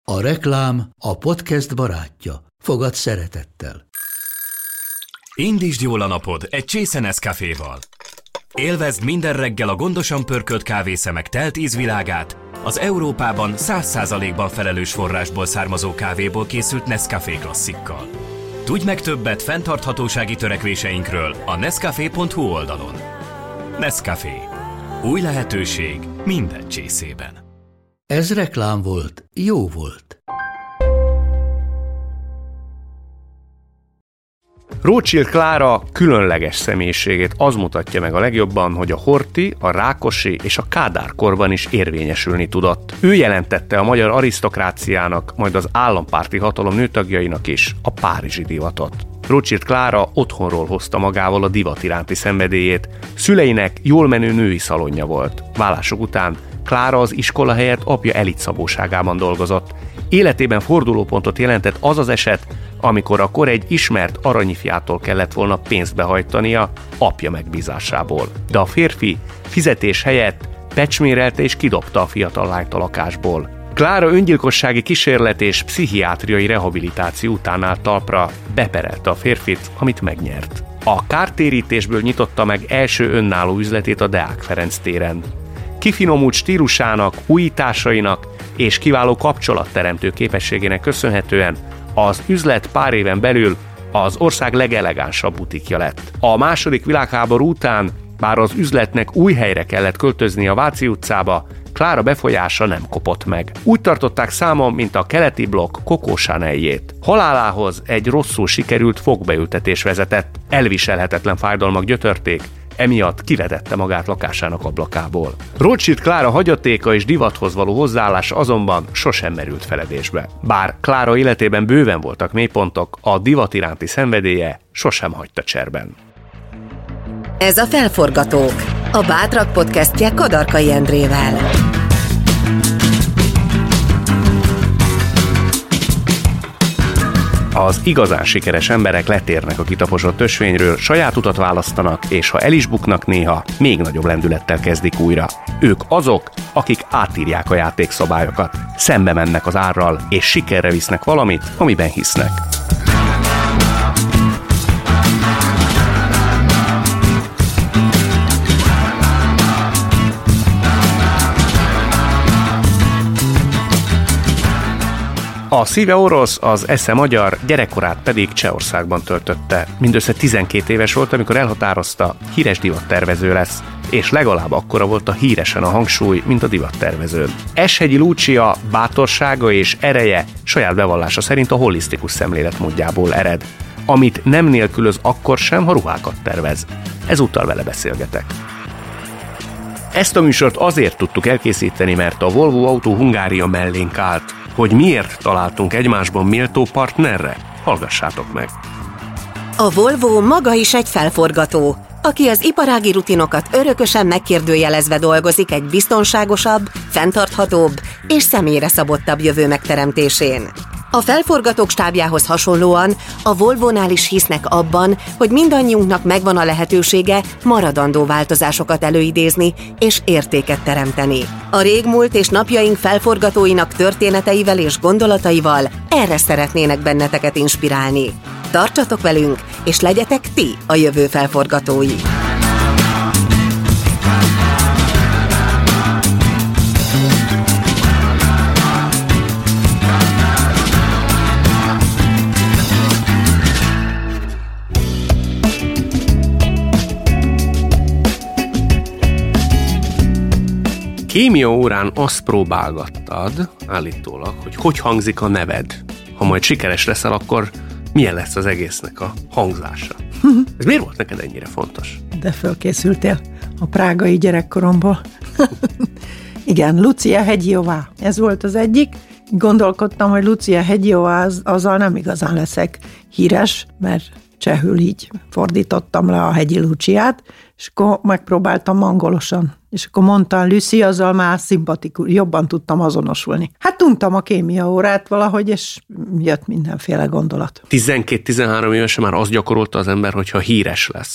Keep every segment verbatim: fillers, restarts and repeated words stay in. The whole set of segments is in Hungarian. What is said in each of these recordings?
A reklám a podcast barátja. Fogad szeretettel. Indítsd jól a napod egy csésze Nescaféval. Élvezd minden reggel a gondosan pörkölt kávészemek telt ízvilágát, az Európában száz százalékban felelős forrásból származó kávéból készült Nescafé klasszikkal. Tudj meg többet fenntarthatósági törekvéseinkről a nescafé pont hu oldalon. Nescafé. Új lehetőség minden csészében. Ez reklám volt, jó volt. Rothschild Klára különleges személyiségét az mutatja meg a legjobban, hogy a Horthy, a Rákosi és a Kádár korban is érvényesülni tudott. Ő jelentette a magyar arisztokráciának, majd az állampárti hatalom nőtagjainak is a párizsi divatot. Rothschild Klára otthonról hozta magával a divat iránti szenvedélyét. Szüleinek jól menő női szalonja volt. Válásuk után Klára az iskola helyett apja elitszabóságában dolgozott. Életében fordulópontot jelentett az az eset, amikor akkor egy ismert aranyifjától kellett volna pénzt behajtania apja megbízásából. De a férfi fizetés helyett pecsmérelte és kidobta a fiatal lányt a lakásból. Klára öngyilkossági kísérlet és pszichiátriai rehabilitáció után állt talpra, beperelte a férfit, amit megnyert. A kártérítésből nyitotta meg első önálló üzletét a Deák Ferenc téren. Kifinomult stílusának, újításainak és kiváló kapcsolatteremtő képességének köszönhetően az üzlet pár éven belül az ország legelegánsabb butikja lett. A második világháború után, bár az üzletnek új helyre kellett költözni a Váci utcába, Klára befolyása nem kopott meg. Úgy tartották számon, mint a keleti blokk Coco Chaneljét. Halálához egy rosszul sikerült fogbeültetés vezetett, elviselhetetlen fájdalmak gyötörték, emiatt kivetette magát lakásának ablakából. Rothschild Klára hagyatéka és divathoz való hozzáállása azonban sosem merült feledésbe. Bár Klára életében bőven voltak mélypontok, a divat iránti szenvedélye sosem hagyta cserben. Ez a Felforgatók, a Bátrak podcastje Kadarkai Endrével. Az igazán sikeres emberek letérnek a kitaposott ösvényről, saját utat választanak, és ha el is buknak néha, még nagyobb lendülettel kezdik újra. Ők azok, akik átírják a játékszabályokat, szembe mennek az árral, és sikerre visznek valamit, amiben hisznek. A szíve orosz, az esze magyar, gyerekkorát pedig Csehországban töltötte. Mindössze tizenkét éves volt, amikor elhatározta, híres divattervező lesz, és legalább akkora volt a híresen a hangsúly, mint a divattervezőn. Eschegyi Lucia bátorsága és ereje saját bevallása szerint a holisztikus szemléletmódjából ered, amit nem nélkülöz akkor sem, ha ruhákat tervez. Ezúttal vele beszélgetek. Ezt a műsort azért tudtuk elkészíteni, mert a Volvo Autó Hungária mellénk állt. Hogy miért találtunk egymásban méltó partnerre? Hallgassátok meg! A Volvo maga is egy felforgató, aki az iparági rutinokat örökösen megkérdőjelezve dolgozik egy biztonságosabb, fenntarthatóbb és személyre szabottabb jövő megteremtésén. A felforgatók stábjához hasonlóan a Volvónál is hisznek abban, hogy mindannyiunknak megvan a lehetősége maradandó változásokat előidézni és értéket teremteni. A régmúlt és napjaink felforgatóinak történeteivel és gondolataival erre szeretnének benneteket inspirálni. Tartsatok velünk, és legyetek ti a jövő felforgatói! Kémia órán azt próbálgattad, állítólag, hogy hogy hangzik a neved. Ha majd sikeres leszel, akkor milyen lesz az egésznek a hangzása? Ez miért volt neked ennyire fontos? De fölkészültél a prágai gyerekkoromból. Igen, Lucia Hegyjová. Ez volt az egyik. Gondolkodtam, hogy Lucia Hegyjová, az, azzal nem igazán leszek híres, mert csehül így fordítottam le a hegyi Luciát, és akkor megpróbáltam angolosan. És akkor mondtam, Lucy, azzal már szimpatikus, jobban tudtam azonosulni. Hát tudtam a kémia órát valahogy, és jött mindenféle gondolat. tizenkét-tizenhárom évesen már azt gyakorolta az ember, hogy ha híres lesz,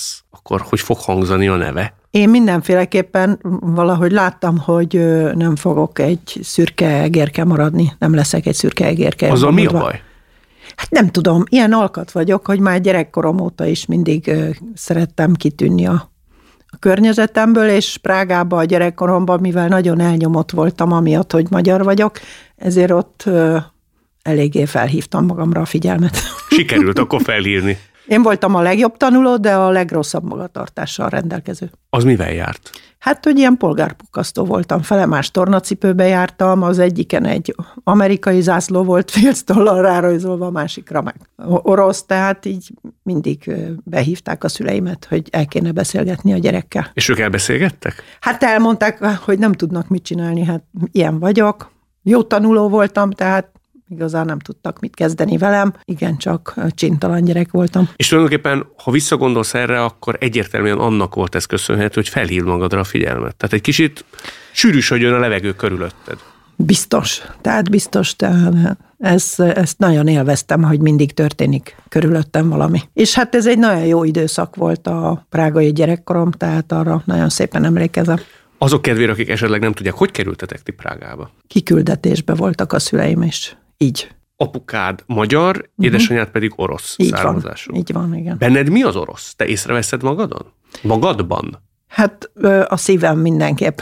akkor hogy fog hangzani a neve? Én mindenféleképpen valahogy láttam, hogy nem fogok egy szürke egérke maradni, nem leszek egy szürke egérke. Azzal mi a baj? Hát nem tudom, ilyen alkat vagyok, hogy már gyerekkorom óta is mindig szerettem kitűnni a, a környezetemből, és Prágában a gyerekkoromban, mivel nagyon elnyomott voltam amiatt, hogy magyar vagyok, ezért ott eléggé felhívtam magamra a figyelmet. Sikerült akkor felhívni. Én voltam a legjobb tanuló, de a legrosszabb magatartással rendelkező. Az mivel járt? Hát, hogy ilyen polgárpukasztó voltam, felemás tornacipőbe jártam, az egyiken egy amerikai zászló volt fél sztollal rárajzolva, a másikra meg orosz, tehát így mindig behívták a szüleimet, hogy el kéne beszélgetni a gyerekkel. És ők elbeszélgettek? Hát elmondták, hogy nem tudnak mit csinálni, hát ilyen vagyok. Jó tanuló voltam, tehát igazán nem tudtak mit kezdeni velem, igencsak csintalan gyerek voltam. És tulajdonképpen, ha visszagondolsz erre, akkor egyértelműen annak volt ez köszönhető, hogy felhív magadra a figyelmet. Tehát egy kicsit sűrűsödjön a levegő körülötted. Biztos, tehát biztos, tehát ezt, ezt nagyon élveztem, hogy mindig történik körülöttem valami. És hát ez egy nagyon jó időszak volt a prágai gyerekkorom, tehát arra nagyon szépen emlékezem. Azok kedvére, akik esetleg nem tudják, hogy kerültetek ti Prágába? Kiküldetésbe voltak a szüleim is. Így. Apukád magyar, uh-huh. édesanyád pedig orosz így származású. Van, így van, igen. Benned mi az orosz? Te észreveszed magadon? Magadban? Hát a szívem mindenképp.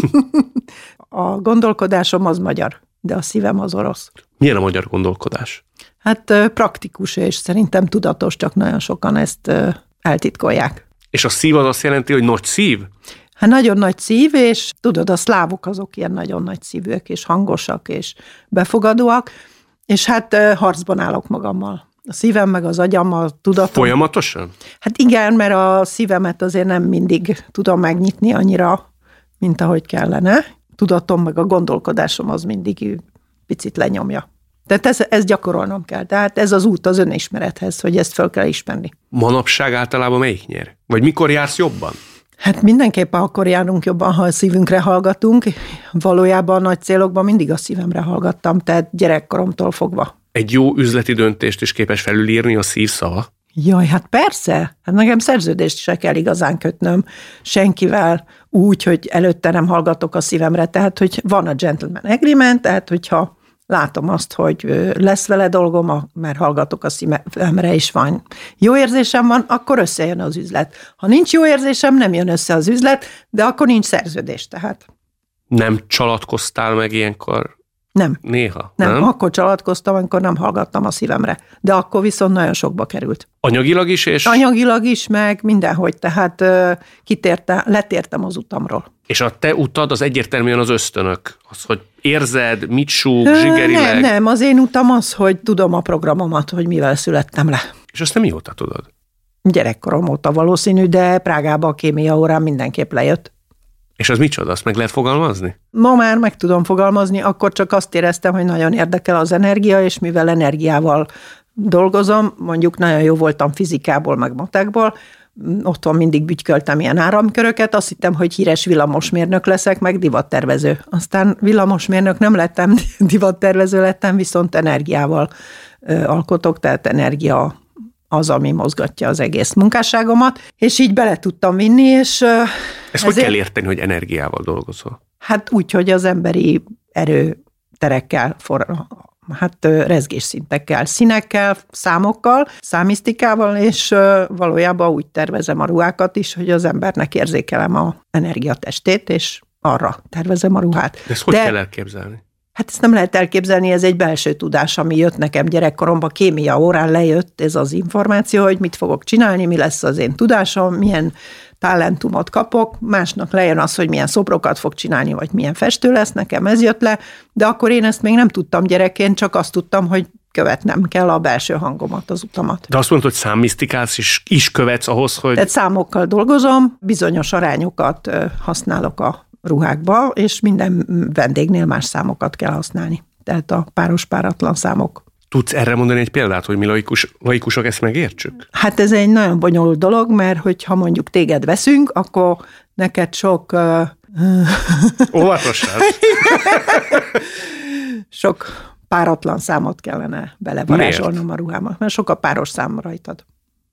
A gondolkodásom az magyar, de a szívem az orosz. Milyen a magyar gondolkodás? Hát praktikus, és szerintem tudatos, csak nagyon sokan ezt eltitkolják. És a szív az azt jelenti, hogy nagy szív? Hát nagyon nagy szív, és tudod, a szlávok azok ilyen nagyon nagy szívűek, és hangosak, és befogadóak, és hát harcban állok magammal. A szívem meg az agyam, a tudatom. Folyamatosan? Hát igen, mert a szívemet azért nem mindig tudom megnyitni annyira, mint ahogy kellene. Tudatom meg a gondolkodásom az mindig picit lenyomja. Tehát ez, ezt gyakorolnom kell. Tehát ez az út az önismerethez, hogy ezt fel kell ismerni. Manapság általában melyik nyer? Vagy mikor jársz jobban? Hát mindenképpen akkor járunk jobban, ha a szívünkre hallgatunk. Valójában a nagy célokban mindig a szívemre hallgattam, tehát gyerekkoromtól fogva. Egy jó üzleti döntést is képes felülírni a szív szava? Jaj, hát persze. Hát nekem szerződést se kell igazán kötnöm senkivel úgy, hogy előtte nem hallgatok a szívemre. Tehát, hogy van a gentleman agreement, tehát, hogyha látom azt, hogy lesz vele dolgom, mert hallgatok a szívemre, és van jó érzésem van, akkor összejön az üzlet. Ha nincs jó érzésem, nem jön össze az üzlet, de akkor nincs szerződés, tehát. Nem csalatkoztál meg ilyenkor? Nem. Néha? Nem, nem? Akkor csalatkoztam, amikor nem hallgattam a szívemre. De akkor viszont nagyon sokba került. Anyagilag is? És... Anyagilag is, meg mindenhogy, tehát uh, kitérte, letértem az utamról. És a te utad az egyértelműen az ösztönök? Az, hogy érzed, mit súg, zsigerileg? Nem, nem, az én utam az, hogy tudom a programomat, hogy mivel születtem le. És azt te mióta tudod? Gyerekkorom óta valószínű, de Prágában a kémia órán mindenképp lejött. És az micsoda? Azt meg lehet fogalmazni? Ma már meg tudom fogalmazni, akkor csak azt éreztem, hogy nagyon érdekel az energia, és mivel energiával dolgozom, mondjuk nagyon jó voltam fizikából, meg matekból, otthon mindig bütyköltem ilyen áramköröket, azt hittem, hogy híres villamosmérnök leszek, meg divattervező. Aztán villamosmérnök nem lettem, divattervező lettem, viszont energiával alkotok, tehát energia az, ami mozgatja az egész munkásságomat, és így bele tudtam vinni, és... Ezt ezért, hogy kell érteni, hogy energiával dolgozol? Hát úgy, hogy az emberi erőterekkel, for, hát rezgésszintekkel, színekkel, számokkal, számisztikával, és valójában úgy tervezem a ruhákat is, hogy az embernek érzékelem a energiatestét, és arra tervezem a ruhát. De ezt hogy De, kell elképzelni? Hát ezt nem lehet elképzelni, ez egy belső tudás, ami jött nekem gyerekkoromban, kémia órán lejött ez az információ, hogy mit fogok csinálni, mi lesz az én tudásom, milyen talentumot kapok, másnak lejön az, hogy milyen szobrokat fog csinálni, vagy milyen festő lesz, nekem ez jött le, de akkor én ezt még nem tudtam gyerekként, csak azt tudtam, hogy követnem kell a belső hangomat, az utamat. De azt mondod, hogy számmisztikálsz is, is követsz ahhoz, hogy... Tehát számokkal dolgozom, bizonyos arányokat használok a ruhákba, és minden vendégnél más számokat kell használni. Tehát a páros páratlan számok. Tudsz erre mondani egy példát, hogy mi laikus, laikusok ezt megértsük? Hát ez egy nagyon bonyolult dolog, mert hogyha mondjuk téged veszünk, akkor neked sok... Uh, Óvatosan. sok páratlan számot kellene belevarázsolnom a ruhámat, mert sok a páros szám rajtad.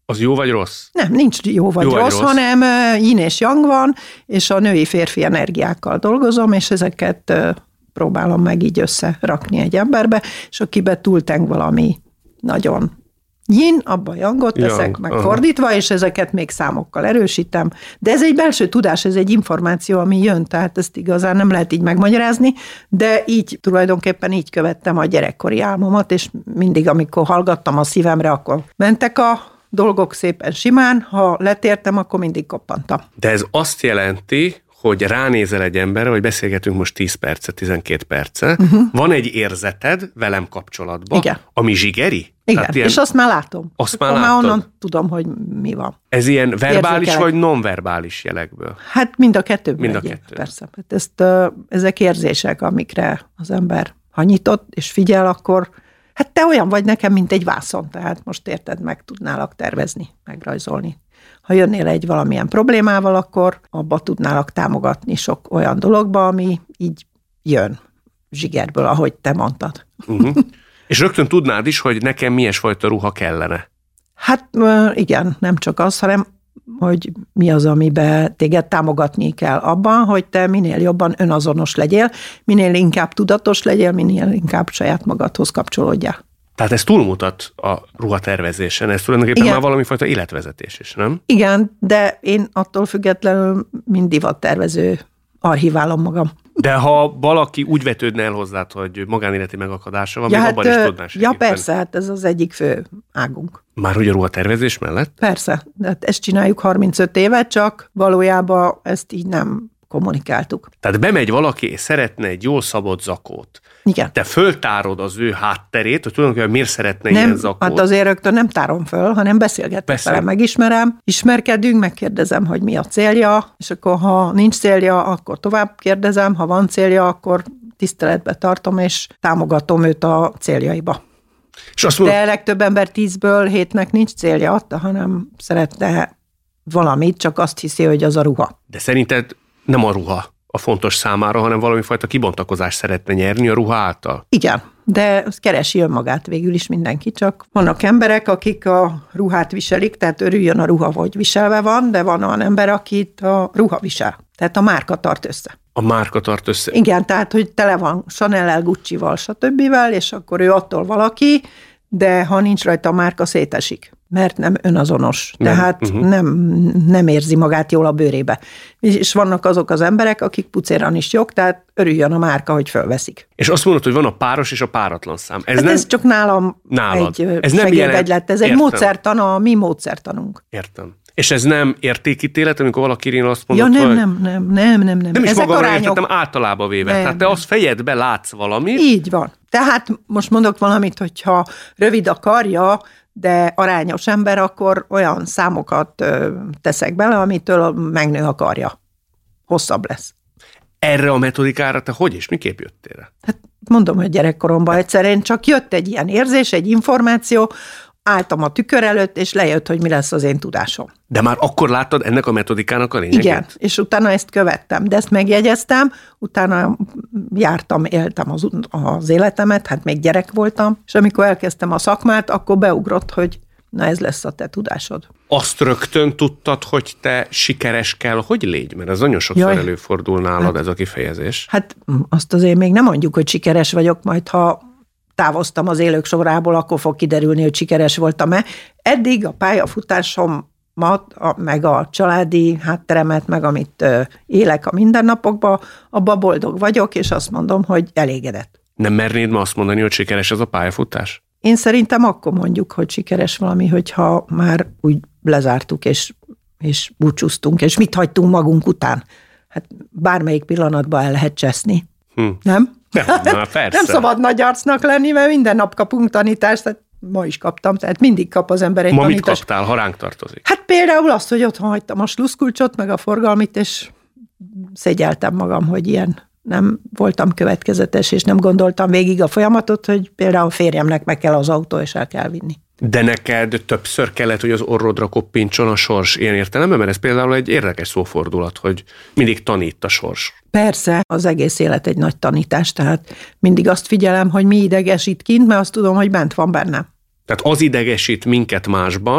Az jó vagy rossz? Nem, nincs jó vagy, jó rossz, vagy rossz, hanem yin és yang van, és a női-férfi energiákkal dolgozom, és ezeket próbálom meg így összerakni egy emberbe, és akiben túlteng valami nagyon yin, abban yangot teszek, Yang, meg aha. fordítva, és ezeket még számokkal erősítem. De ez egy belső tudás, ez egy információ, ami jön, tehát ezt igazán nem lehet így megmagyarázni, de így tulajdonképpen így követtem a gyerekkori álmomat, és mindig, amikor hallgattam a szívemre, akkor mentek a dolgok szépen simán, ha letértem, akkor mindig koppantam. De ez azt jelenti, hogy ránézel egy emberre, vagy beszélgetünk most tíz perce, tizenkét perce, uh-huh. van egy érzeted velem kapcsolatban, Igen. ami zsigeri? Igen, ilyen, és azt már látom. Azt már, már onnan tudom, hogy mi van. Ez ilyen verbális Érzékelek. vagy nonverbális jelekből? Hát mind a kettőből. Mind a kettő. Persze. Hát ezt, ezek érzések, amikre az ember ha nyitott és figyel, akkor hát te olyan vagy nekem, mint egy vászon, tehát most érted, meg tudnálak tervezni, megrajzolni. Ha jönnél egy valamilyen problémával, akkor abba tudnálak támogatni sok olyan dologba, ami így jön zsigerből, ahogy te mondtad. Uh-huh. És rögtön tudnád is, hogy nekem milyesfajta ruha kellene. Hát igen, nem csak az, hanem hogy mi az, amiben téged támogatni kell abban, hogy te minél jobban önazonos legyél, minél inkább tudatos legyél, minél inkább saját magadhoz kapcsolódjál. Tehát ez túlmutat a ruhatervezésen, ez tulajdonképpen Igen. már valamifajta életvezetés is, nem? Igen, de én attól függetlenül mind divattervező archiválom magam. De ha valaki úgy vetődne el hozzád, hogy magánéleti megakadása van, ja, még hát, abban is tudnál segíteni. Ja persze, hát ez az egyik fő águnk. Már hogy a ruhatervezés mellett? Persze, de hát ezt csináljuk harmincöt éve, csak valójában ezt így nem kommunikáltuk. Tehát bemegy valaki, és szeretne egy jó szabott zakót. Igen. Te föltárod az ő hátterét, hogy tulajdonképpen miért szeretne nem, ilyen zakót. Hát azért rögtön nem tárom föl, hanem beszélgetek vele, megismerem, ismerkedünk, megkérdezem, hogy mi a célja, és akkor ha nincs célja, akkor tovább kérdezem, ha van célja, akkor tiszteletbe tartom, és támogatom őt a céljaiba. És azt mondom, de legtöbb ember tízből hétnek nincs célja, hanem szeretne valamit, csak azt hiszi, hogy az a ruha. De szerinted nem a ruha a fontos számára, hanem valami fajta kibontakozást szeretne nyerni a ruha által? Igen, de keresi önmagát végül is mindenki, csak vannak emberek, akik a ruhát viselik, tehát örüljön a ruha, hogy viselve van, de van olyan ember, akit a ruha visel. Tehát a márka tart össze. A márka tart össze. Igen, tehát, hogy tele van Chanel-el, Gucci-val, stb. És akkor ő attól valaki, de ha nincs rajta a márka, szétesik, mert nem önazonos. Nem. Tehát uh-huh. nem, nem érzi magát jól a bőrébe. És vannak azok az emberek, akik pucéran is jók, tehát örüljön a márka, hogy fölveszik. És azt mondod, hogy van a páros és a páratlan szám. Ez, hát nem... ez csak nálam Nálad. egy ez segédegylet. Ez egy Értem. módszertan, a mi módszertanunk. Értem. És ez nem értékítélet, amikor valaki írja azt mondod, ja, nem, hogy... nem, nem, nem, nem, nem. Nem is Ezek magamra arányok... értettem, általában véve. Nem, Tehát te nem. az fejedbe látsz valamit. Így van. Tehát most mondok valamit, hogyha rövid a karja, de arányos ember, akkor olyan számokat ö, teszek bele, amitől megnő a karja. Hosszabb lesz. Erre a metodikára te hogy és miképp jöttél rá? Hát mondom, hogy gyerekkoromban egyszerűen csak jött egy ilyen érzés, egy információ, álltam a tükör előtt, és lejött, hogy mi lesz az én tudásom. De már akkor láttad ennek a metodikának a lényegét? Igen, és utána ezt követtem, de ezt megjegyeztem, utána jártam, éltem az, az életemet, hát még gyerek voltam, és amikor elkezdtem a szakmát, akkor beugrott, hogy na ez lesz a te tudásod. Azt rögtön tudtad, hogy te sikeres kell, hogy légy? Mert ez nagyon sokszor Jaj. előfordul nálad, hát, ez a kifejezés. Hát azt azért még nem mondjuk, hogy sikeres vagyok, majd ha távoztam az élők sorából, akkor fog kiderülni, hogy sikeres voltam-e. Eddig a pályafutásomat, a, meg a családi hátteremet, meg amit ö, élek a mindennapokban, abban boldog vagyok, és azt mondom, hogy elégedett. Nem mernéd ma azt mondani, hogy sikeres ez a pályafutás? Én szerintem akkor mondjuk, hogy sikeres valami, hogyha már úgy lezártuk, és, és búcsúztunk, és mit hagytunk magunk után. Hát bármelyik pillanatban el lehet cseszni. Hm. Nem? Nem, na, nem szabad nagy arcnak lenni, mert minden nap kapunk tanítást, tehát ma is kaptam, tehát mindig kap az ember egy ma tanítást. Ma mit kaptál, ha ránk tartozik? Hát például azt, hogy otthon hagytam a sluszkulcsot, meg a forgalmit, és szégyeltem magam, hogy ilyen nem voltam következetes, és nem gondoltam végig a folyamatot, hogy például férjemnek meg kell az autó, és el kell vinni. De neked többször kellett, hogy az orrodra koppintson a sors ilyen értelemben, mert ez például egy érdekes szófordulat, hogy mindig tanít a sors. Persze, az egész élet egy nagy tanítás, tehát mindig azt figyelem, hogy mi idegesít kint, mert azt tudom, hogy bent van bennem. Tehát az idegesít minket másban,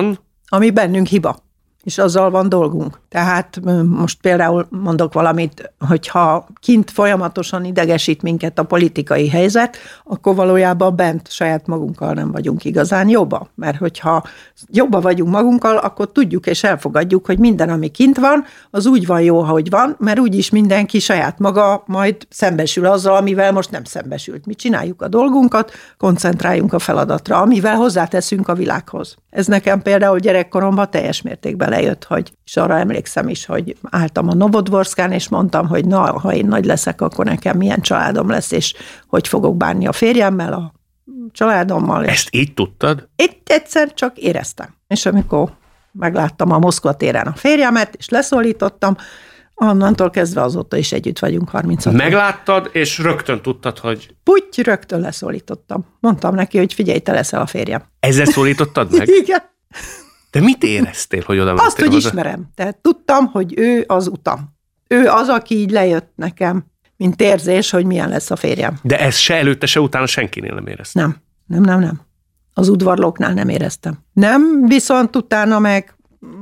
ami bennünk hiba, és azzal van dolgunk. Tehát most például mondok valamit, hogyha kint folyamatosan idegesít minket a politikai helyzet, akkor valójában bent saját magunkkal nem vagyunk igazán jobba. Mert hogyha jobba vagyunk magunkkal, akkor tudjuk és elfogadjuk, hogy minden, ami kint van, az úgy van jó, ahogy van, mert úgyis mindenki saját maga majd szembesül azzal, amivel most nem szembesült. Mi csináljuk a dolgunkat, koncentráljunk a feladatra, amivel hozzáteszünk a világhoz. Ez nekem például gyerekkoromban teljes mértékben lejött, hogy, és arra emlékszem is, hogy álltam a Novodvorszkán, és mondtam, hogy na, ha én nagy leszek, akkor nekem milyen családom lesz, és hogy fogok bánni a férjemmel, a családommal. Ezt így tudtad? Itt egyszer csak éreztem. És amikor megláttam a Moszkva téren a férjemet, és leszólítottam, onnantól kezdve azóta is együtt vagyunk harminchat. Megláttad, és rögtön tudtad, hogy... Putty, rögtön leszólítottam. Mondtam neki, hogy figyelj, te leszel a férjem. Ezzel szólítottad meg? Igen. De mit éreztél, hogy oda mentél? Azt, hogy ismerem. Tehát tudtam, hogy ő az utam. Ő az, aki így lejött nekem, mint érzés, hogy milyen lesz a férjem. De ez se előtte, se utána senkinél nem éreztem. Nem, nem, nem, nem. Az udvarlóknál nem éreztem. Nem, viszont utána meg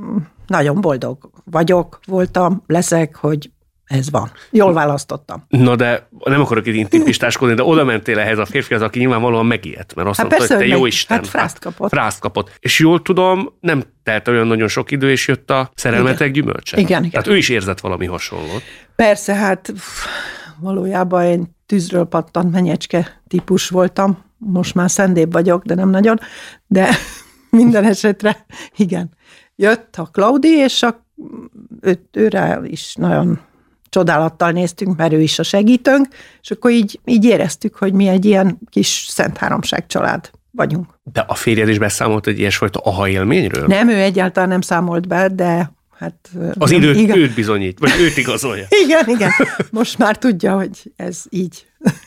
nagyon boldog vagyok, voltam, leszek, hogy ez van. Jól választottam. Na de nem akarok itt intimpistáskodni, de oda mentél ehhez a férfihez, aki nyilvánvalóan megijedt, mert azt hát mondta, persze, hogy te hogy jó meg, Isten. Hát frászt kapott. Frászt kapott. És jól tudom, nem telt olyan nagyon sok idő, és jött a szerelmetek gyümölcse. Igen, igen. Tehát ő is érzett valami hasonlót. Persze, hát valójában én tűzről pattant menyecske típus voltam. Most már szendébb vagyok, de nem nagyon. De minden esetre, igen. Jött a Klaudi, és a, ő, őre is nagyon csodálattal néztünk, mert ő is a segítőnk, és akkor így, így éreztük, hogy mi egy ilyen kis Szent Háromság család vagyunk. De a férjed is beszámolt egy ilyesfajta aha élményről? Nem, ő egyáltalán nem számolt be, de hát... Az nem, időt igen. őt bizonyít, vagy őt igazolja. Igen, igen. Most már tudja, hogy ez így,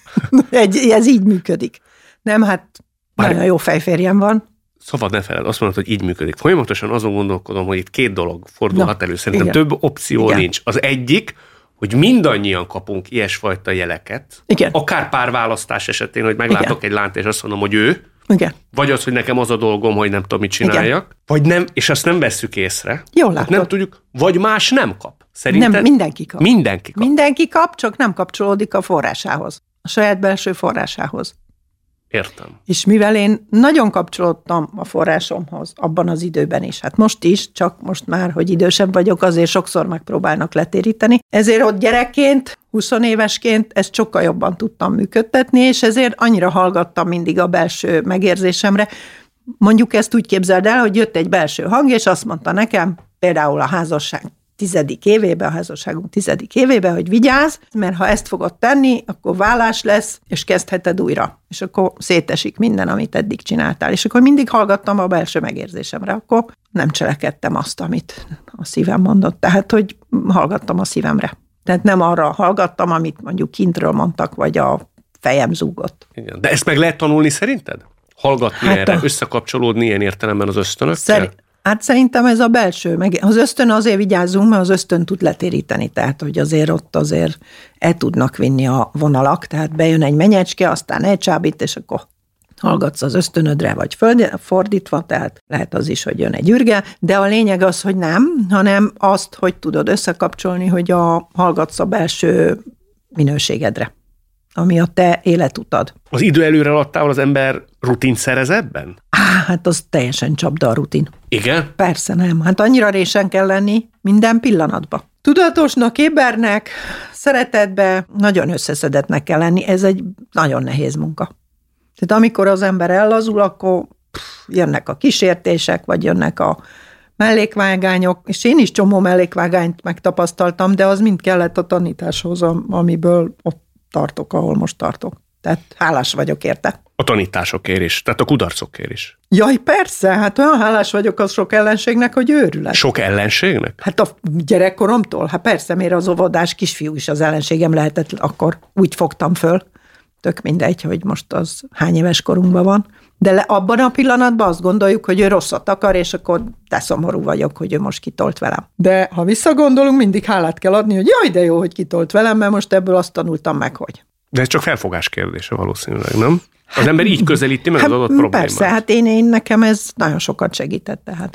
egy, ez így működik. Nem, hát Bár... nagyon jó fejférjem van. Szabad ne feled, azt mondod, hogy így működik. Folyamatosan azon gondolkodom, hogy itt két dolog fordulhat Na, elő. Szerintem igen. több opció Igen. nincs. Az egyik, hogy mindannyian kapunk ilyesfajta jeleket. Igen. Akár párválasztás esetén, hogy meglátok Igen. egy lányt, és azt mondom, hogy ő. Igen. Vagy az, hogy nekem az a dolgom, hogy nem tudom, mit csináljak. Igen. Vagy nem, és azt nem vesszük észre. Jól látod. Nem tudjuk, vagy más nem kap. Szerinted? Nem, mindenki kap. Mindenki kap. Mindenki kap, csak nem kapcsolódik a forrásához. A saját belső forrásához. Értem. És mivel én nagyon kapcsolódtam a forrásomhoz abban az időben is, hát most is, csak most már, hogy idősebb vagyok, azért sokszor megpróbálnak letéríteni. Ezért ott gyerekként, húsz évesként ezt sokkal jobban tudtam működtetni, és ezért annyira hallgattam mindig a belső megérzésemre. Mondjuk ezt úgy képzeld el, hogy jött egy belső hang, és azt mondta nekem, például a házasság tizedik évébe, a házasságunk tizedik évébe, hogy vigyázz, mert ha ezt fogod tenni, akkor vállás lesz, és kezdheted újra. És akkor szétesik minden, amit eddig csináltál. És akkor mindig hallgattam a belső megérzésemre, akkor nem cselekedtem azt, amit a szívem mondott. Tehát, hogy hallgattam a szívemre. Tehát nem arra hallgattam, amit mondjuk kintről mondtak, vagy a fejem zúgott. Igen. De ezt meg lehet tanulni szerinted? Hallgatni hát erre, a... összekapcsolódni ilyen értelemben az ösztönökkel? Szer... Hát szerintem ez a belső, meg az ösztön azért vigyázzunk, mert az ösztön tud letéríteni, tehát hogy azért ott azért el tudnak vinni a vonalak, tehát bejön egy menyecske, aztán elcsábít, és akkor hallgatsz az ösztönödre, vagy fordítva, tehát lehet az is, hogy jön egy ürge, de a lényeg az, hogy nem, hanem azt, hogy tudod összekapcsolni, hogy a, hallgatsz a belső minőségedre, ami a te életutad. Az idő előre alattával az ember rutint szerez ebben? Á, hát az teljesen csapda a rutin. Igen? Persze nem. Hát annyira résen kell lenni minden pillanatban. Tudatosnak, ébernek, szeretetbe, nagyon összeszedetnek kell lenni. Ez egy nagyon nehéz munka. Tehát amikor az ember ellazul, akkor pff, jönnek a kísértések, vagy jönnek a mellékvágányok, és én is csomó mellékvágányt megtapasztaltam, de az mind kellett a tanításhoz, amiből ott tartok, ahol most tartok. Tehát hálás vagyok érte. A tanításokért is, tehát a kudarcokért is. Jaj, persze, hát olyan hálás vagyok az sok ellenségnek, hogy őrület. Sok ellenségnek? Hát a gyerekkoromtól, hát persze, miért az óvodás kisfiú is az ellenségem lehetett, akkor úgy fogtam föl. Tök mindegy, hogy most az hány éves korunkban van. De le, abban a pillanatban azt gondoljuk, hogy ő rosszat akar, és akkor de szomorú vagyok, hogy ő most kitolt velem. De ha visszagondolunk, mindig hálát kell adni, hogy jaj, de jó, hogy kitolt velem, mert most ebből azt tanultam meg, hogy. De ez csak felfogás kérdése valószínűleg, nem? Az ember így közelíti meg hát, az adott problémát. Persze, hát én, én nekem ez nagyon sokat segített, tehát.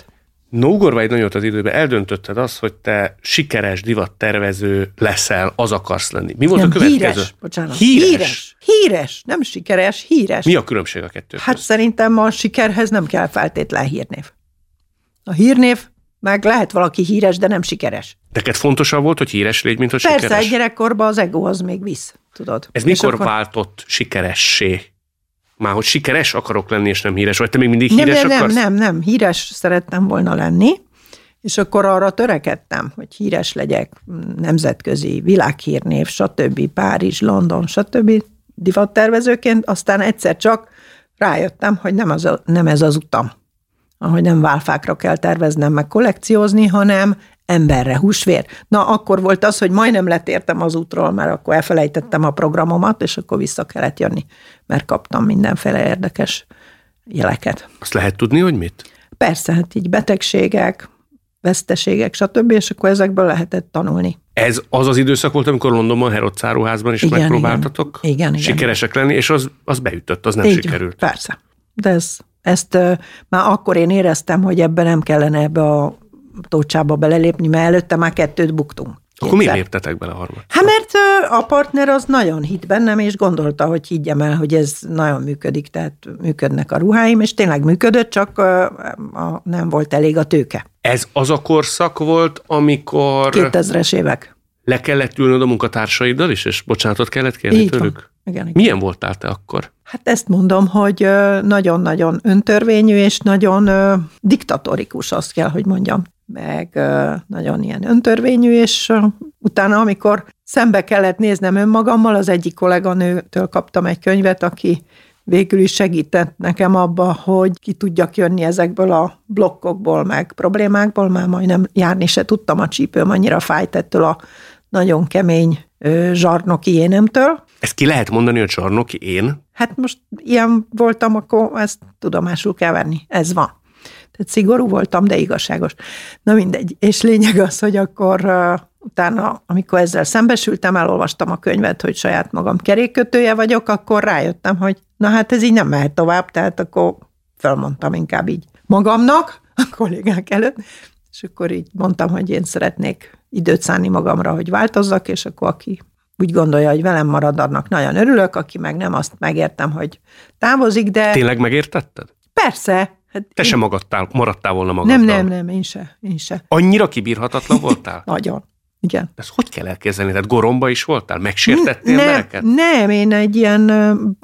No, ugorva egy nagyot az időben, eldöntötted azt, hogy te sikeres divattervező leszel, az akarsz lenni. Mi volt nem, a következő? Híres, bocsánat. Híres. Híres. Híres, nem sikeres, híres. Mi a különbség a kettő Hát közt? szerintem a sikerhez nem kell feltétlen hírnév. A hírnév, meg lehet valaki híres, de nem sikeres. Neked fontosabb volt, hogy híres légy, mint hogy Persze, sikeres? egy gyerekkorban az ego az még visz, tudod. Ez És mikor akkor... váltott sikeressé? Már hogy sikeres akarok lenni, és nem híres, vagy te még mindig nem, híres nem, akarsz? Nem, nem, nem, híres szerettem volna lenni, és akkor arra törekedtem, hogy híres legyek, nemzetközi, világhírnév, stb. Párizs, London, stb. Divattervezőként, aztán egyszer csak rájöttem, hogy nem, az a, nem ez az utam. Ahogy nem válfákra kell terveznem, meg kollekciózni, hanem emberre, húsvér. Na, akkor volt az, hogy majdnem letértem az útról, mert akkor elfelejtettem a programomat, és akkor vissza kellett jönni, mert kaptam mindenféle érdekes jeleket. Azt lehet tudni, hogy mit? Persze, hát így betegségek, veszteségek, stb., és akkor ezekből lehetett tanulni. Ez az az időszak volt, amikor Londonban, Herod Száruházban is Igen, megpróbáltatok igen. Igen, igen. sikeresek lenni, és az, az beütött, az nem Így, sikerült. Persze. De ez, ezt uh, már akkor én éreztem, hogy ebben nem kellene ebbe a tócsába belelépni, mert előtte már kettőt buktunk. Akkor miért léptetek bele a harmad? Hát mert uh, a partner az nagyon hitt bennem, és gondolta, hogy higgyem el, hogy ez nagyon működik, tehát működnek a ruháim, és tényleg működött, csak uh, a, nem volt elég a tőke. Ez az a korszak volt, amikor kétezres évek. le kellett ülnöd a munkatársaiddal is, és bocsánatot kellett kérni Így tőlük? van. Igen, igen. Milyen voltál te akkor? Hát ezt mondom, hogy nagyon-nagyon öntörvényű, és nagyon diktatórikus, azt kell, hogy mondjam. Meg nagyon ilyen öntörvényű, és utána, amikor szembe kellett néznem önmagammal, az egyik kolléganőtől kaptam egy könyvet, aki végül is segített nekem abba, hogy ki tudjak jönni ezekből a blokkokból, meg problémákból, már majdnem járni se tudtam, a csípőm annyira fájt ettől a nagyon kemény zsarnoki énemtől. Ezt ki lehet mondani, hogy zsarnoki én? Hát most ilyen voltam, akkor ezt tudomásul kell venni. Ez van. Tehát szigorú voltam, de igazságos. Na mindegy. És lényeg az, hogy akkor uh, utána, amikor ezzel szembesültem, elolvastam a könyvet, hogy saját magam kerékkötője vagyok, akkor rájöttem, hogy na hát ez így nem mehet tovább, tehát akkor felmondtam inkább így magamnak, a kollégák előtt, és akkor így mondtam, hogy én szeretnék időt szánni magamra, hogy változzak, és akkor aki úgy gondolja, hogy velem marad, annak nagyon örülök, aki meg nem, azt megértem, hogy távozik, de... Tényleg megértetted? Persze. Hát Te én... sem magadtál, maradtál volna magaddal. Nem, nem, nem, én se, én se. Annyira kibírhatatlan voltál? Nagyon. Igen. Ezt hogy kell elképzelni? Tehát goromba is voltál? Megsértettél nem, embereket? Nem, én egy ilyen, nem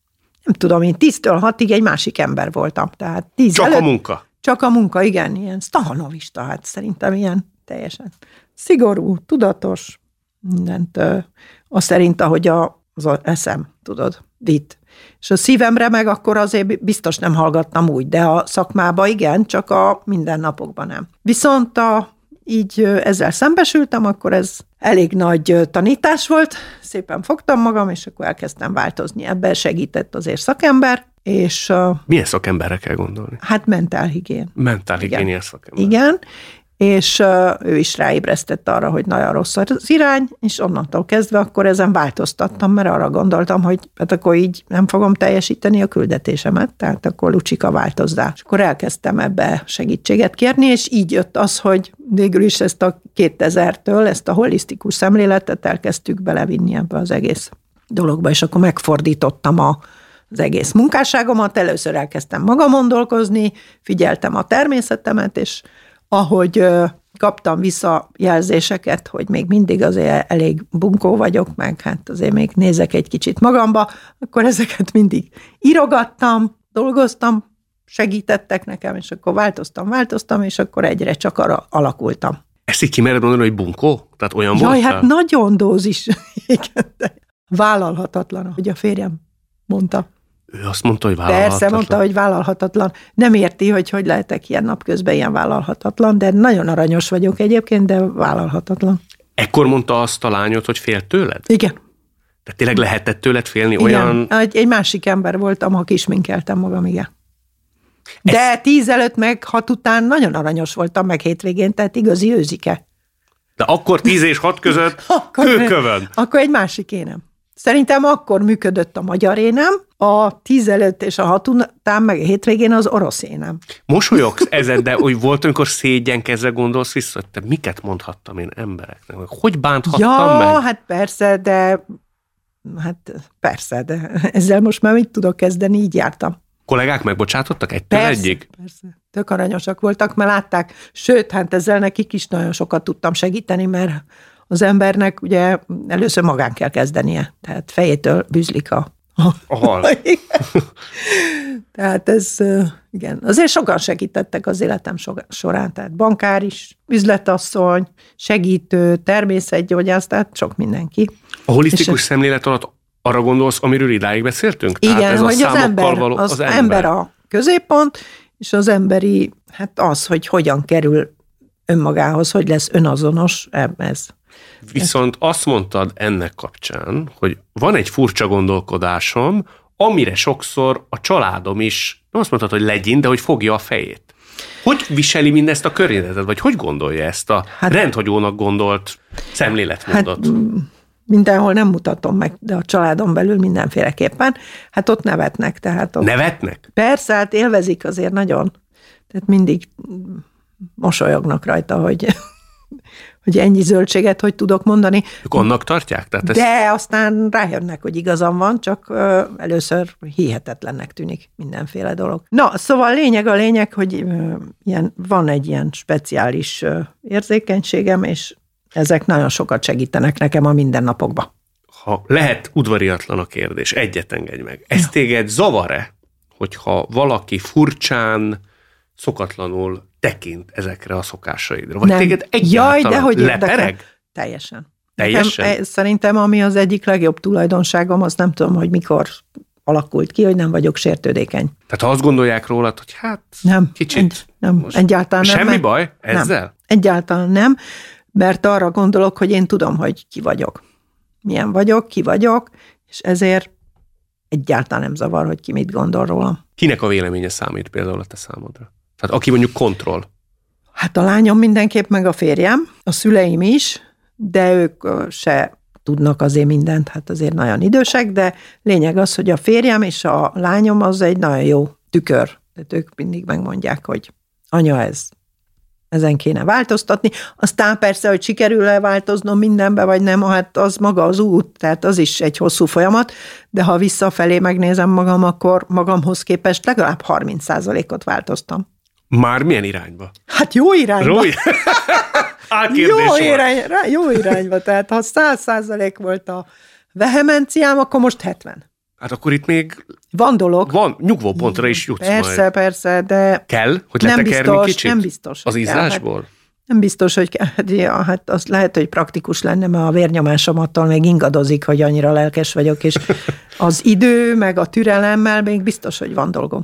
tudom, én tíztől hatig egy másik ember voltam. Tehát tíz Csak előtt, a munka? Csak a munka, igen, ilyen stahanovista, hát szerintem ilyen teljesen szigorú, tudatos, mindent az szerint, ahogy a, az eszem, tudod, vitt. És a szívemre meg akkor azért biztos nem hallgattam úgy, de a szakmába igen, csak a mindennapokban nem. Viszont a, így ezzel szembesültem, akkor ez elég nagy tanítás volt, szépen fogtam magam, és akkor elkezdtem változni. Ebben segített azért szakember, és... Milyen szakemberre kell gondolni? Hát mentálhigién. Mentálhigiéniás szakember. Igen, és ő is ráébresztett arra, hogy nagyon rossz az irány, és onnantól kezdve akkor ezen változtattam, mert arra gondoltam, hogy hát akkor így nem fogom teljesíteni a küldetésemet, tehát akkor Lucsika, változzál. És akkor elkezdtem ebbe segítséget kérni, és így jött az, hogy végül is ezt a kétezertől, ezt a holisztikus szemléletet elkezdtük belevinni ebbe az egész dologba, és akkor megfordítottam a az egész munkásságomat, először elkezdtem magamon dolgozni, figyeltem a természetemet, és ahogy kaptam visszajelzéseket, hogy még mindig azért elég bunkó vagyok, meg hát azért még nézek egy kicsit magamba, akkor ezeket mindig írogattam, dolgoztam, segítettek nekem, és akkor változtam, változtam, és akkor egyre csak arra alakultam. Ezt így kimered mondani, hogy bunkó? Tehát olyan Jaj, voltál? hát nagyon dózis. Igen, de vállalhatatlan, hogy a férjem mondta. Ő azt mondta, hogy vállalhatatlan. Persze, mondta, hogy vállalhatatlan. Nem érti, hogy hogy lehetek ilyen napközben ilyen vállalhatatlan, de nagyon aranyos vagyok egyébként, de vállalhatatlan. Ekkor mondta azt a lányod, hogy fél tőled? Igen. Tehát tényleg lehetett tőled félni? Igen. Olyan... Egy, egy másik ember voltam, ha kisminkeltem magam, igen. De Ez... tíz előtt meg hat után nagyon aranyos voltam, meg hétvégén, tehát igazi őzike. De akkor tíz és hat között akkor, kőkövön. Akkor egy másik énem. Szerintem akkor működött a magyar énem, a tíz előtt és a hat után, meg a hétvégén az orosz énem. Mosolyogsz ezen, de hogy volt, amikor szégyenkezve gondolsz vissza, hogy te miket mondhattam én embereknek? Hogy bánthattam ja, meg? Ja, hát persze, de hát persze, de ezzel most már mit tudok kezdeni, így jártam. Kollégák megbocsátottak egytől persze, egyig? Persze, tök aranyosak voltak, mert látták, sőt, hát ezzel nekik is nagyon sokat tudtam segíteni, mert az embernek ugye először magán kell kezdenie, tehát fejétől bűzlik a, a, a hal. Tehát ez, igen, azért sokan segítettek az életem során, tehát bankár is, üzletasszony, segítő, természetgyógyász, tehát sok mindenki. A holisztikus És szemlélet alatt arra gondolsz, amiről idáig beszéltünk? Igen, Tehát ez hogy a az, ember, való, az, az ember. ember a középpont, és az emberi, hát az, hogy hogyan kerül önmagához, hogy lesz önazonos, ez. Viszont azt mondtad ennek kapcsán, hogy van egy furcsa gondolkodásom, amire sokszor a családom is, nem azt mondtad, hogy legyen, de hogy fogja a fejét. Hogy viseli mindezt a környezeted, vagy hogy gondolja ezt a hát, rendhagyónak gondolt szemléletmódot? Hát, mindenhol nem mutatom meg, de a családon belül mindenféleképpen. Hát ott nevetnek. Tehát ott Nevetnek? Persze, hát élvezik azért nagyon. Tehát mindig mosolyognak rajta, hogy, hogy ennyi zöldséget hogy tudok mondani. Ők annak tartják? Tehát ezt... De aztán rájönnek, hogy igazam van, csak ö, először hihetetlennek tűnik mindenféle dolog. Na, szóval lényeg a lényeg, hogy ö, ilyen, van egy ilyen speciális ö, érzékenységem, és ezek nagyon sokat segítenek nekem a mindennapokban. Ha lehet udvariatlan a kérdés, egyet engedj meg. Ez téged zavar-e, hogyha valaki furcsán, szokatlanul tekint ezekre a szokásaidra? Vagy nem. Téged egyáltalán Jaj, de hogy lepereg? Érdekel. Teljesen. Teljesen? Nekem, szerintem, ami az egyik legjobb tulajdonságom, az nem tudom, hogy mikor alakult ki, hogy nem vagyok sértődékeny. Tehát ha azt gondolják rólad, hogy hát nem, kicsit... Egy, nem, egyáltalán nem. Semmi baj ezzel? Nem, egyáltalán nem, mert arra gondolok, hogy én tudom, hogy ki vagyok. Milyen vagyok, ki vagyok, és ezért egyáltalán nem zavar, hogy ki mit gondol rólam. Kinek a véleménye számít például a te számodra? Tehát aki mondjuk kontroll. Hát a lányom mindenképp, meg a férjem, a szüleim is, de ők se tudnak azért mindent, hát azért nagyon idősek, de lényeg az, hogy a férjem és a lányom az egy nagyon jó tükör. Tehát ők mindig megmondják, hogy anya, ez, ezen kéne változtatni. Aztán persze, hogy sikerül-e változnom mindenbe, vagy nem, hát az maga az út, tehát az is egy hosszú folyamat, de ha visszafelé megnézem magam, akkor magamhoz képest legalább harminc százalékot változtam. Már milyen irányba? Hát jó irányba. Rój? jó, irány, jó irányba, tehát ha száz százalék volt a vehemenciám, akkor most hetven. Hát akkor itt még van dolog. Van, nyugvópontra is jutsz persze, majd. Persze, de kell, hogy nem letekerni biztos, kicsit? Nem biztos. Az ízlásból? Hát, nem biztos, hogy ja, hát az lehet, hogy praktikus lenne, mert a vérnyomásom attól még ingadozik, hogy annyira lelkes vagyok, és az idő, meg a türelemmel még biztos, hogy van dolgom.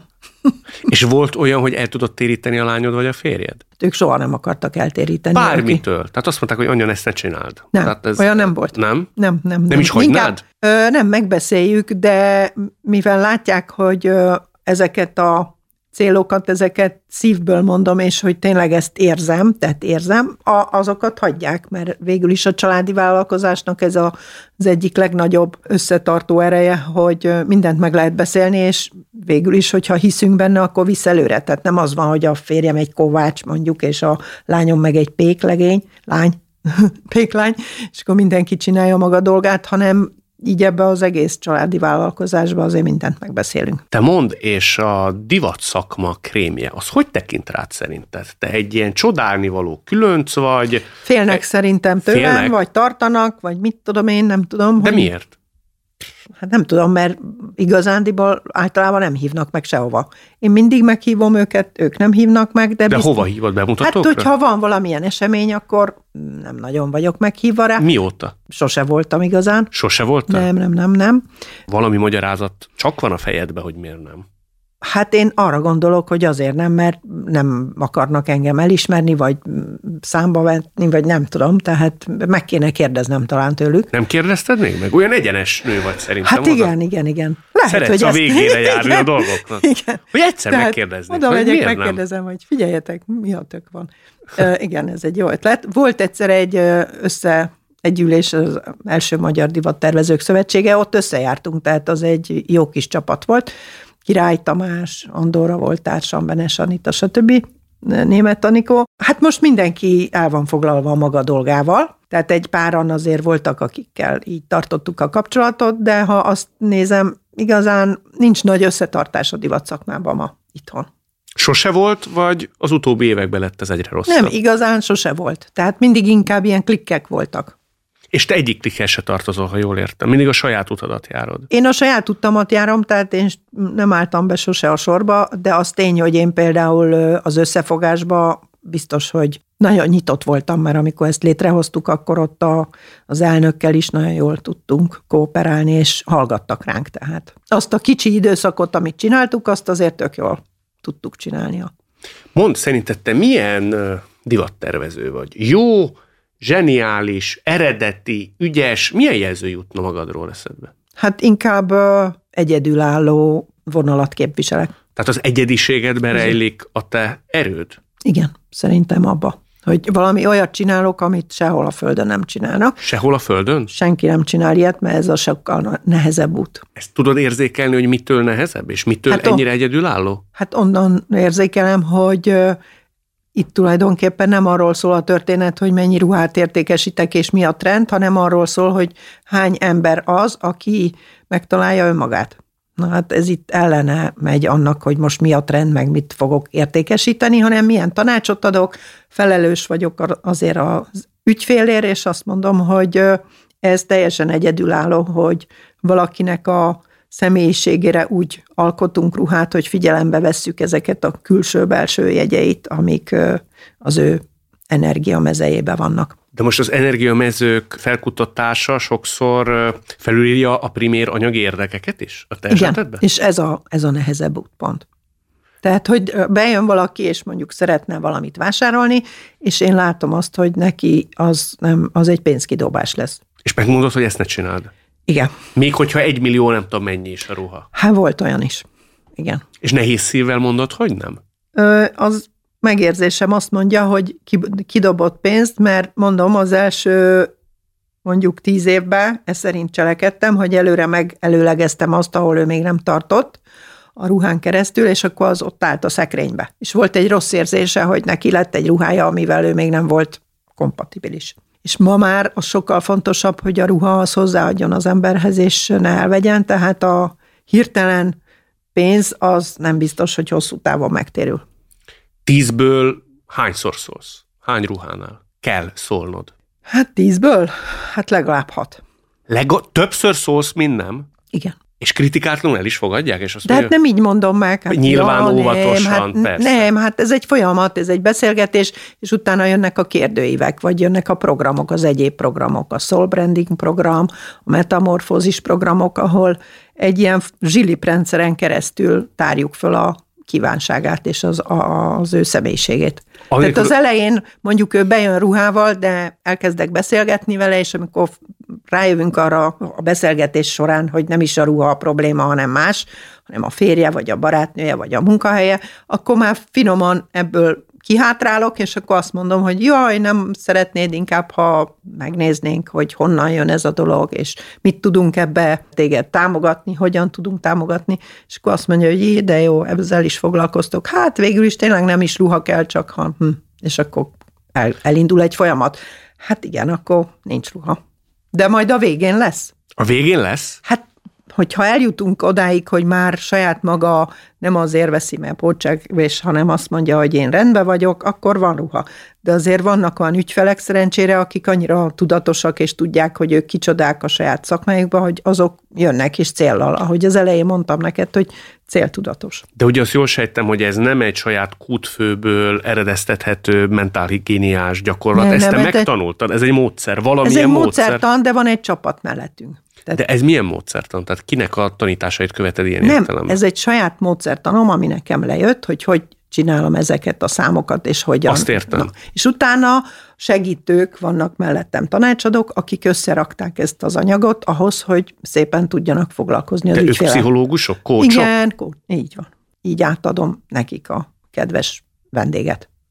És volt olyan, hogy el tudott téríteni a lányod vagy a férjed? Ők soha nem akartak eltéríteni. Bármitől. Aki. Tehát azt mondták, hogy anya, ezt ne csináld. Nem, Tehát ez olyan nem volt. Nem? Nem, nem. Nem, nem is hagynád? Ö, nem, megbeszéljük, de mivel látják, hogy ö, ezeket a célokat, ezeket szívből mondom, és hogy tényleg ezt érzem, tehát érzem, a, azokat hagyják, mert végül is a családi vállalkozásnak ez a, az egyik legnagyobb összetartó ereje, hogy mindent meg lehet beszélni, és végül is, hogyha hiszünk benne, akkor visz előre. Tehát nem az van, hogy a férjem egy kovács mondjuk, és a lányom meg egy péklegény, lány, péklány, és akkor mindenki csinálja maga dolgát, hanem így ebbe az egész családi vállalkozásba azért mindent megbeszélünk. Te mondd, és a divat szakma krémje, az hogy tekint rád szerinted? Te egy ilyen csodálnivaló különc vagy? Félnek e- szerintem tőlem, félnek? Vagy tartanak, vagy mit tudom én, nem tudom. De hogy... miért? Hát nem tudom, mert igazándiból általában nem hívnak meg sehova. Én mindig meghívom őket, ők nem hívnak meg, de... De biztos... hova hívod, bemutatókra? Hát, hogyha van valamilyen esemény, akkor nem nagyon vagyok meghívva rá. Mióta? Sose voltam igazán. Sose voltam? Nem, nem, nem, nem. Valami magyarázat csak van a fejedben, hogy miért nem? Hát én arra gondolok, hogy azért nem, mert nem akarnak engem elismerni, vagy számba venni, vagy nem tudom, tehát meg kéne kérdeznem talán tőlük. Nem kérdezted még meg? Olyan egyenes nő vagy szerintem. Hát igen, igen, igen. Lehet, Szeretsz hogy a ezt... végére járni igen, a dolgoknak. Igen. Hogy egyszer tehát megkérdeznék, oda hogy megyek, miért megkérdezem, nem? hogy figyeljetek, mi a tök van. uh, igen, ez egy jó ötlet. Volt egyszer egy össze egy ülés, az első Magyar Divattervezők Szövetsége, ott összejártunk, tehát az egy jó kis csapat volt. Király Tamás, Andorra volt társam, Benes Anita, stb. Németh Anikó. Hát most mindenki el van foglalva a maga dolgával, tehát egy páran azért voltak, akikkel így tartottuk a kapcsolatot, de ha azt nézem, igazán nincs nagy összetartás a divatszakmában ma itthon. Sose volt, vagy az utóbbi években lett ez egyre rosszabb? Nem, igazán sose volt. Tehát mindig inkább ilyen klikkek voltak. És te egyik klikhez se tartozol, ha jól értem. Mindig a saját utadat járod. Én a saját utamat járom, tehát én nem álltam be sose a sorba, de az tény, hogy én például az összefogásba biztos, hogy nagyon nyitott voltam, mert amikor ezt létrehoztuk, akkor ott a, az elnökkel is nagyon jól tudtunk kooperálni, és hallgattak ránk tehát. Azt a kicsi időszakot, amit csináltuk, azt azért tök jól tudtuk csinálni. Mondd, szerinted te milyen divattervező vagy? Jó, zseniális, eredeti, ügyes, milyen jelző jutna magadról eszedbe? Hát inkább egyedülálló vonalat képviselek. Tehát az egyediségedben rejlik a te erőd? Igen, szerintem abba. Hogy valami olyat csinálok, amit sehol a Földön nem csinálnak. Sehol a Földön? Senki nem csinál ilyet, mert ez a sokkal nehezebb út. Ezt tudod érzékelni, hogy mitől nehezebb, és mitől hát ennyire on, egyedülálló? Hát onnan érzékelem, hogy uh, itt tulajdonképpen nem arról szól a történet, hogy mennyi ruhát értékesítek, és mi a trend, hanem arról szól, hogy hány ember az, aki megtalálja önmagát. Na hát ez itt ellene megy annak, hogy most mi a trend, meg mit fogok értékesíteni, hanem milyen tanácsot adok, felelős vagyok azért az ügyfélért, és azt mondom, hogy ez teljesen egyedülálló, hogy valakinek a személyiségére úgy alkotunk ruhát, hogy figyelembe vesszük ezeket a külső-belső jegyeit, amik az ő energiamezejében vannak. De most az energiamezők felkutatása sokszor felülírja a primér anyagi érdekeket is a te Igen, esetedben? És ez a, ez a nehezebb útpont. Tehát, hogy bejön valaki, és mondjuk szeretne valamit vásárolni, és én látom azt, hogy neki az, nem, az egy pénzkidobás lesz. És megmondod, hogy ezt ne csináld? Igen. Még hogyha egy millió, nem tudom mennyi is a ruha. Hát volt olyan is. Igen. És nehéz szívvel mondod, hogy nem? Ö, az megérzésem azt mondja, hogy kidobott pénzt, mert mondom, az első mondjuk tíz évben ezt szerint cselekedtem, hogy előre megelőlegeztem azt, ahol ő még nem tartott a ruhán keresztül, és akkor az ott állt a szekrénybe. És volt egy rossz érzése, hogy neki lett egy ruhája, amivel ő még nem volt kompatibilis. És ma már az sokkal fontosabb, hogy a ruha az hozzáadjon az emberhez, és ne elvegyen, tehát a hirtelen pénz az nem biztos, hogy hosszú távon megtérül. Tízből hányszor szólsz? Hány ruhánál kell szólnod? Hát tízből? Hát legalább hat. Leg- többször szólsz, mint nem? Igen. És kritikátlanul el is fogadják? És azt De mondja, hát nem így mondom meg. Hát nyilván ja, óvatosan, nem, hát, persze. Nem, hát ez egy folyamat, ez egy beszélgetés, és utána jönnek a kérdőívek, vagy jönnek a programok, az egyéb programok, a soul branding program, a metamorfózis programok, ahol egy ilyen zsilip rendszeren keresztül tárjuk föl a kívánságát és az, az ő személyiségét. Amikor... Tehát az elején mondjuk ő bejön ruhával, de elkezdek beszélgetni vele, és amikor rájövünk arra a beszélgetés során, hogy nem is a ruha a probléma, hanem más, hanem a férje, vagy a barátnője, vagy a munkahelye, akkor már finoman ebből kihátrálok, és akkor azt mondom, hogy jaj, nem szeretnéd inkább, ha megnéznénk, hogy honnan jön ez a dolog, és mit tudunk ebbe téged támogatni, hogyan tudunk támogatni, és akkor azt mondja, hogy jé, de jó, ezzel is foglalkoztok. Hát végül is tényleg nem is ruha kell, csak ha, hm. és akkor el, elindul egy folyamat. Hát igen, akkor nincs ruha. De majd a végén lesz. A végén lesz? Hát hogyha eljutunk odáig, hogy már saját maga nem azért veszi, mert pótságvés, hanem azt mondja, hogy én rendben vagyok, akkor van ruha. De azért vannak olyan ügyfelek szerencsére, akik annyira tudatosak, és tudják, hogy ők kicsodák a saját szakmájukba, hogy azok jönnek is céllal. Ahogy az elején mondtam neked, hogy céltudatos. De ugye azt jól sejtem, hogy ez nem egy saját kútfőből eredeztethető mentálhigiéniás gyakorlat. Nem, ezt nem, te megtanultad? Ez egy módszer, valamilyen Ez egy módszer. módszertan, de van egy csapat mellettünk. Tehát, de ez milyen módszertan? Tehát kinek a tanításait követed ilyen nem, értelemben? Nem, ez egy saját módszertanom, ami nekem lejött, hogy hogy csinálom ezeket a számokat, és hogyan. Azt értem. Na, és utána segítők vannak mellettem, tanácsadók, akik összerakták ezt az anyagot ahhoz, hogy szépen tudjanak foglalkozni az ügyfélel. ügyfélel. De ők pszichológusok, kócsok? Igen, így van. Így átadom nekik a kedves vendéget.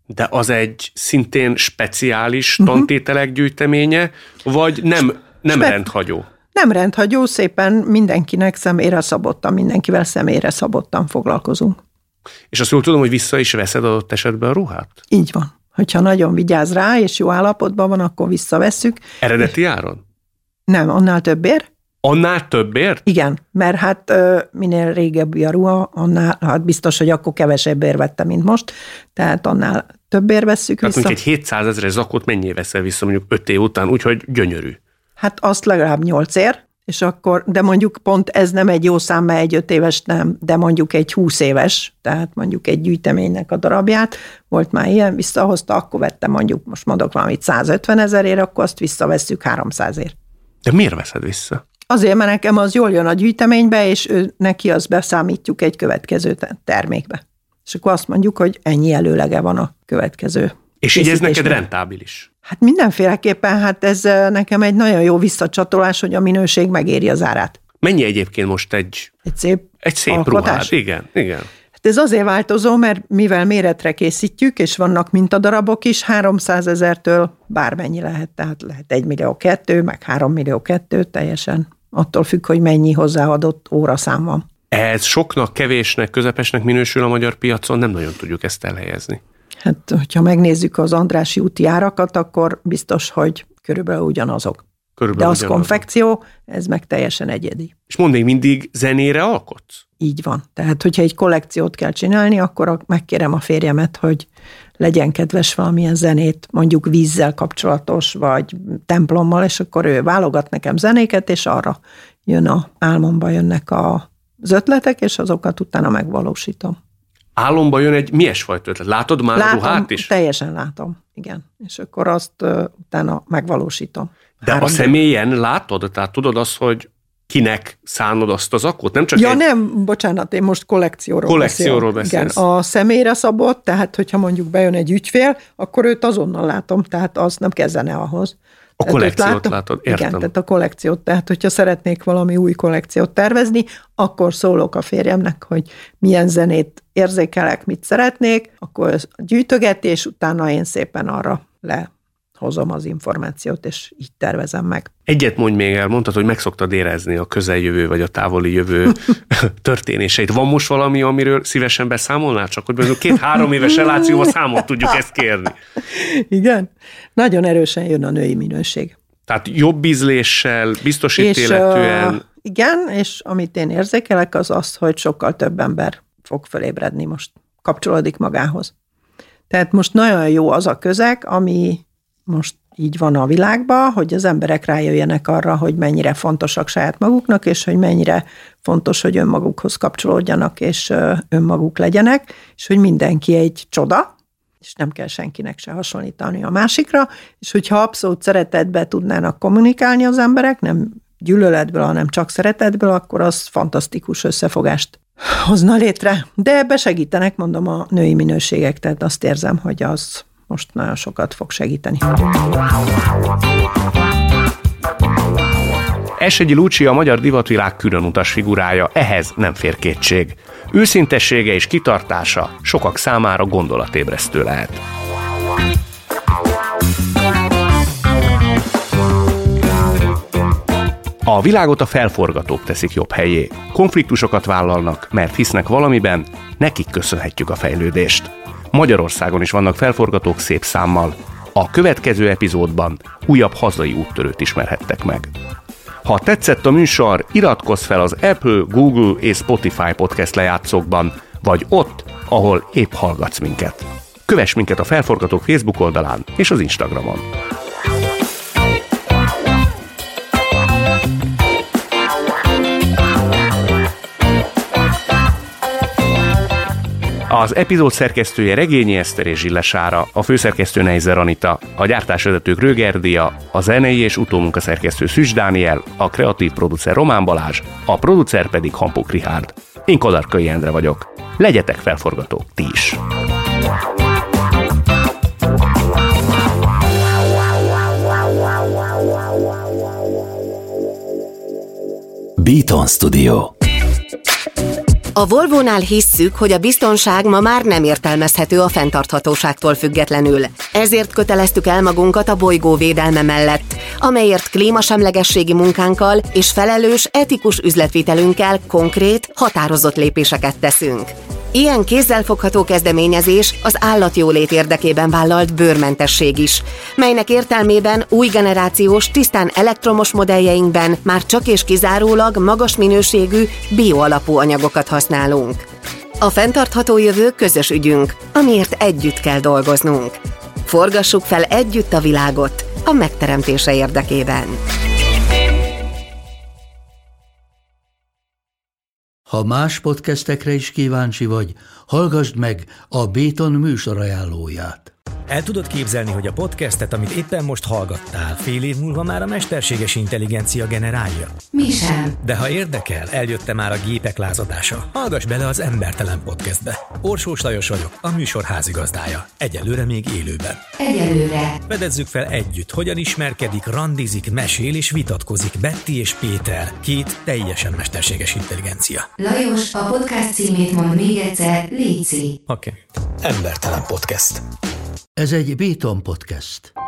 De az egy szintén speciális tantételek gyűjteménye, vagy nem, nem Spe- rendhagyó? Nem rendhagyó, szépen mindenkinek személyre szabottan, mindenkivel személyre szabottan foglalkozunk. És azt jól tudom, hogy vissza is veszed adott esetben a ruhát? Így van. Hogyha nagyon vigyáz rá, és jó állapotban van, akkor visszavesszük. Eredeti áron? Nem, annál többért. Annál többért? Igen, mert hát minél régebbi a ruha, annál, hát biztos, hogy akkor kevesebbért vette, mint most, tehát annál többért vesszük tehát vissza. Tehát mondjuk egy hétszázezeres zakót mennyi veszel vissza mondjuk öt év után, úgyhogy gyönyörű. Hát azt legalább nyolc ér, és akkor, de mondjuk pont ez nem egy jó szám, mert egy öt éves nem, de mondjuk egy húsz éves, tehát mondjuk egy gyűjteménynek a darabját, volt már ilyen, visszahozta, akkor vettem mondjuk, most mondok valamit százötven ezerért, akkor azt visszavesszük háromszázért. De miért veszed vissza? Azért, mert nekem az jól jön a gyűjteménybe, és ő, neki azt beszámítjuk egy következő termékbe. És akkor azt mondjuk, hogy ennyi előlege van a következő. És így ez neked rentábilis? Hát mindenféleképpen, hát ez nekem egy nagyon jó visszacsatolás, hogy a minőség megéri az árát. Mennyi egyébként most egy, egy szép, egy szép alkotás? ruhát? Igen, igen. Hát ez azért változó, mert mivel méretre készítjük, és vannak mintadarabok is, háromszázezertől bármennyi lehet, tehát lehet egy millió kettő, meg három millió kettő, teljesen attól függ, hogy mennyi hozzáadott óraszám van. Ez soknak, kevésnek, közepesnek minősül a magyar piacon, nem nagyon tudjuk ezt elhelyezni. Hát, hogyha megnézzük az Andrássy úti árakat, akkor biztos, hogy körülbelül ugyanazok. Körülbelül De az ugyanazok. Konfekció, ez meg teljesen egyedi. És mondd, még mindig zenére alkotsz? Így van. Tehát, hogyha egy kollekciót kell csinálni, akkor megkérem a férjemet, hogy legyen kedves valamilyen zenét, mondjuk vízzel kapcsolatos, vagy templommal, és akkor ő válogat nekem zenéket, és arra jön a álmomba jönnek az ötletek, és azokat utána megvalósítom. Álomba jön egy milyesfajta ötlet? Látod már látom, a ruhát is? Teljesen látom, igen. És akkor azt uh, utána megvalósítom. De Három a személyen dő... látod? Tehát tudod azt, hogy kinek szánod azt az zakót? Nem csak ja egy... nem, bocsánat, én most kollekcióról, kollekcióról beszélek. Igen, a személyre szabott, tehát hogyha mondjuk bejön egy ügyfél, akkor őt azonnal látom, tehát az nem kell zene ahhoz. A tehát kollekciót látom, látod, értem. Igen, tehát a kollekciót, tehát hogyha szeretnék valami új kollekciót tervezni, akkor szólok a férjemnek, hogy milyen zenét érzékelek, mit szeretnék, akkor gyűjtögetés, utána én szépen arra lehozom az információt, és így tervezem meg. Egyet mondj még el, mondtad, hogy meg szoktad érezni a közeljövő vagy a távoli jövő történéseit. Van most valami, amiről szívesen beszámolnál? Csak hogy két-három éves relációval számot tudjuk ezt kérni. Igen. Nagyon erősen jön a női minőség. Tehát jobb ízléssel, biztosítéletűen. Uh, igen, és amit én érzékelek, az az, hogy sokkal több ember fog fölébredni most, kapcsolódik magához. Tehát most nagyon jó az a közeg, ami most így van a világban, hogy az emberek rájöjjenek arra, hogy mennyire fontosak saját maguknak, és hogy mennyire fontos, hogy önmagukhoz kapcsolódjanak, és önmaguk legyenek, és hogy mindenki egy csoda, és nem kell senkinek se hasonlítani a másikra, és hogyha abszolút szeretetben tudnának kommunikálni az emberek, nem gyűlöletből, hanem csak szeretetből, akkor az fantasztikus összefogást hozna létre. De ebbe segítenek, mondom, a női minőségek, tehát azt érzem, hogy az most nagyon sokat fog segíteni. Eschegyi Lucia a magyar divatvilág különutas figurája, ehhez nem fér kétség. Őszintessége és kitartása sokak számára gondolatébresztő lehet. A világot a felforgatók teszik jobb helyé. Konfliktusokat vállalnak, mert hisznek valamiben, nekik köszönhetjük a fejlődést. Magyarországon is vannak felforgatók szép számmal. A következő epizódban újabb hazai úttörőt ismerhettek meg. Ha tetszett a műsor, iratkozz fel az Apple, Google és Spotify podcast lejátszókban, vagy ott, ahol épp hallgatsz minket. Kövess minket a Felforgatók Facebook oldalán és az Instagramon. Az epizód szerkesztője Regényi Eszter és Zsille Sára, a főszerkesztő Neizer Anita, a gyártásvezetők Röger Dia, a zenei és utómunkaszerkesztő Szűcs Dániel, a kreatív producer Román Balázs, a producer pedig Hampuk Richárd. Én Kadarkai Endre vagyok. Legyetek felforgatók ti is! Beaton Studio. A Volvónál hisszük, hogy a biztonság ma már nem értelmezhető a fenntarthatóságtól függetlenül. Ezért köteleztük el magunkat a bolygó védelme mellett, amelyért klímasemlegességi munkánkkal és felelős, etikus üzletvitelünkkel konkrét, határozott lépéseket teszünk. Ilyen kézzelfogható kezdeményezés az állatjólét érdekében vállalt bőrmentesség is, melynek értelmében új generációs, tisztán elektromos modelljeinkben már csak és kizárólag magas minőségű, bioalapú anyagokat használunk. A fenntartható jövő közös ügyünk, amiért együtt kell dolgoznunk. Forgassuk fel együtt a világot a megteremtése érdekében. Ha más podcastekre is kíváncsi vagy, hallgassd meg a Béton műsor ajánlóját. El tudod képzelni, hogy a podcastet, amit éppen most hallgattál, fél év múlva már a mesterséges intelligencia generálja? Mi sem. De ha érdekel, eljött már a gépek lázadása. Hallgass bele az Embertelen Podcastbe. Orsós Lajos vagyok, a műsor házigazdája. Egyelőre még élőben. Egyelőre. Fedezzük fel együtt, hogyan ismerkedik, randizik, mesél és vitatkozik Betty és Péter, két teljesen mesterséges intelligencia. Lajos, a podcast címét mond még egyszer, léci. Oké. Okay. Embertelen Podcast. Ez egy Béton podcast.